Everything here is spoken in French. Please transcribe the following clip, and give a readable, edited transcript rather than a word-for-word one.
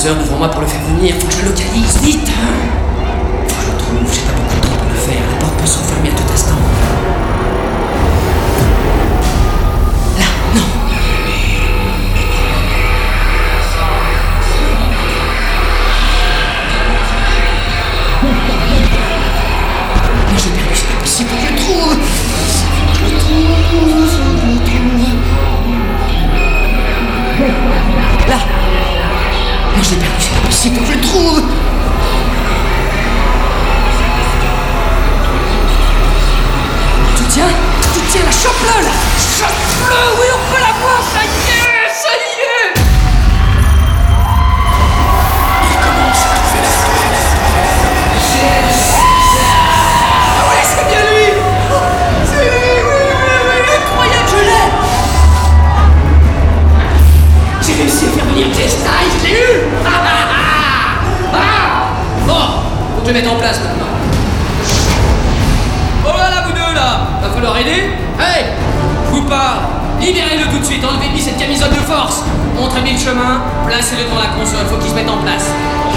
2 heures devant moi pour le faire venir. Faut que je le localise, vite. Faut que je le trouve, j'ai pas beaucoup de temps pour le faire. La porte peut se refermer à tout instant. Là, non. Non, j'ai perdu, c'est pas possible, faut que je le trouve. Faut que je le trouve. Là. Non, j'ai perdu, c'est pas possible, faut que je le trouve. Tu tiens, la chope-le, là. Chope-le, oui, on peut la voir, ça y est, ça y est. Il commence à trouver la Ah oui, c'est bien lui. C'est lui, oui, incroyable, je l'ai. J'ai réussi à faire venir Testa, je l'ai eu. Bon, faut que je le mette en place maintenant. Oh là là, vous deux là, va falloir aider. Hey, je vous parle. Libérez-le tout de suite, enlevez-lui cette camisole de force. Montrez-lui le chemin, placez-le devant la console, faut qu'il se mette en place.